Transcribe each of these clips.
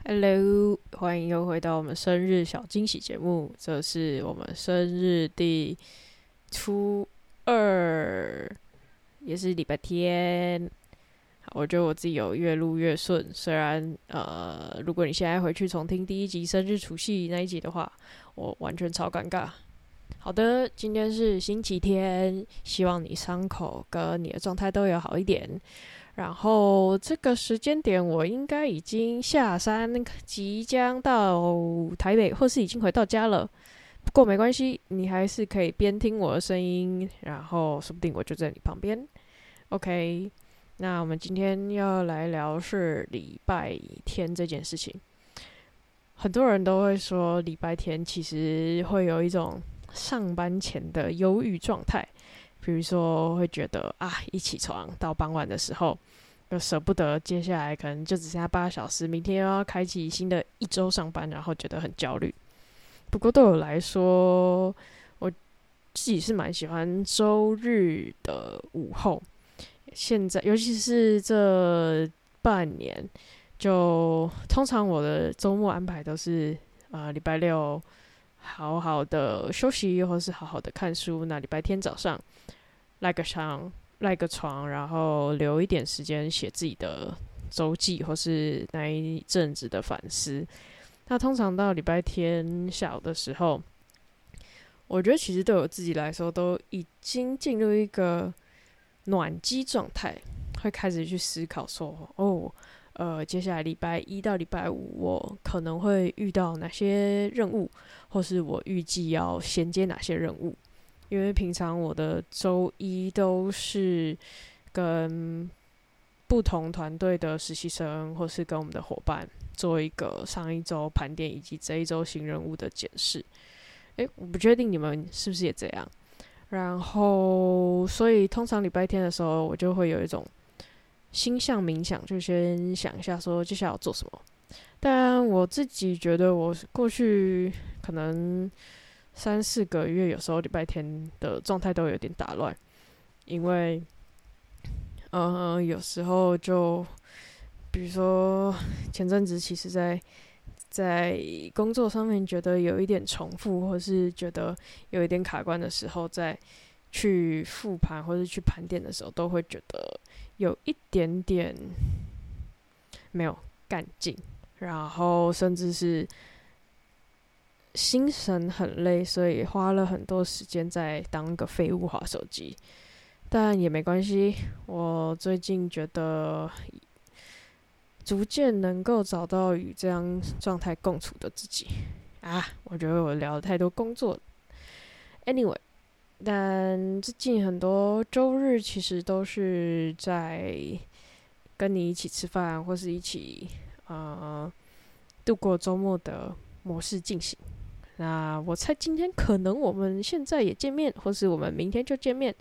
Hello，欢迎又回到我们生日小惊喜节目。这是我们生日第初二，也是礼拜天。我觉得我自己有越录越顺，虽然如果你现在回去重听第一集生日除夕那一集的话，我完全超尴尬。好的，今天是星期天，希望你伤口跟你的状态都有好一点。然后这个时间点，我应该已经下山，即将到台北，或是已经回到家了。不过没关系，你还是可以边听我的声音，然后说不定我就在你旁边。OK，那我们今天要来聊是礼拜天这件事情。很多人都会说，礼拜天其实会有一种上班前的忧郁状态。比如说会觉得一起床到傍晚的时候，又舍不得接下来可能就只剩下8小时，明天又要开启新的一周上班，然后觉得很焦虑。不过对我来说，我自己是蛮喜欢周日的午后。现在尤其是这半年，就通常我的周末安排都是礼拜六好好的休息，或是好好的看书。那礼拜天早上赖个床，然后留一点时间写自己的周记，或是那一阵子的反思。那通常到礼拜天下午的时候，我觉得其实对我自己来说，都已经进入一个暖机状态，会开始去思考说，接下来礼拜一到礼拜五，我可能会遇到哪些任务，或是我预计要衔接哪些任务。因为平常我的周一都是跟不同团队的实习生，或是跟我们的伙伴做一个上一周盘点以及这一周新任务的检视。我不确定你们是不是也这样。然后，所以通常礼拜天的时候，我就会有一种心象冥想，就先想一下说接下来要做什么。但我自己觉得，我过去可能3-4个月，有时候礼拜天的状态都有点打乱，因为有时候就比如说前阵子，其实在工作上面觉得有一点重复，或是觉得有一点卡关的时候，在去复盘或是去盘点的时候，都会觉得有一点点没有干劲，然后甚至是心神很累，所以花了很多时间在当个废物滑手机。但也没关系，我最近觉得逐渐能够找到与这样状态共处的自己。我觉得我聊了太多工作。Anyway， 但最近很多周日其实都是在跟你一起吃饭，或是一起度过周末的模式进行。那我猜今天可能我们现在也见面，或是我们明天就见面。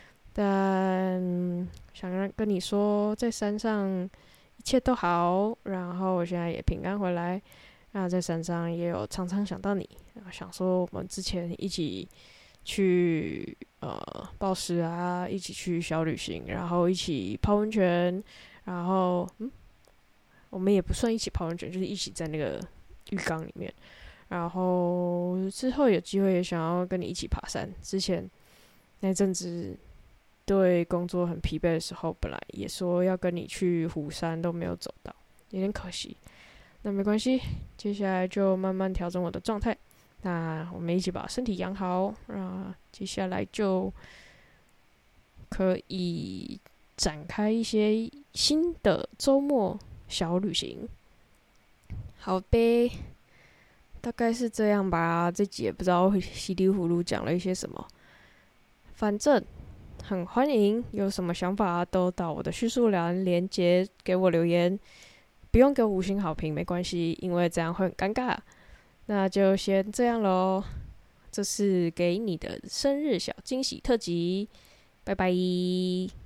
但想跟你说，在山上一切都好，然后我现在也平安回来。那在山上也有常常想到你，想说我们之前一起去暴食啊，一起去小旅行，然后一起泡温泉，然后我们也不算一起泡温泉，就是一起在那个浴缸里面。然后之后有机会也想要跟你一起爬山。之前那阵子对工作很疲惫的时候，本来也说要跟你去虎山，都没有走到，有点可惜。那没关系，接下来就慢慢调整我的状态。那我们一起把身体养好，接下来就可以展开一些新的周末小旅行。好呗，大概是这样吧。这集也不知道稀里糊涂讲了一些什么，反正很欢迎有什么想法都到我的叙述栏连结给我留言，不用给我5星好评没关系，因为这样会很尴尬。那就先这样咯，这是给你的生日小惊喜特辑，拜拜。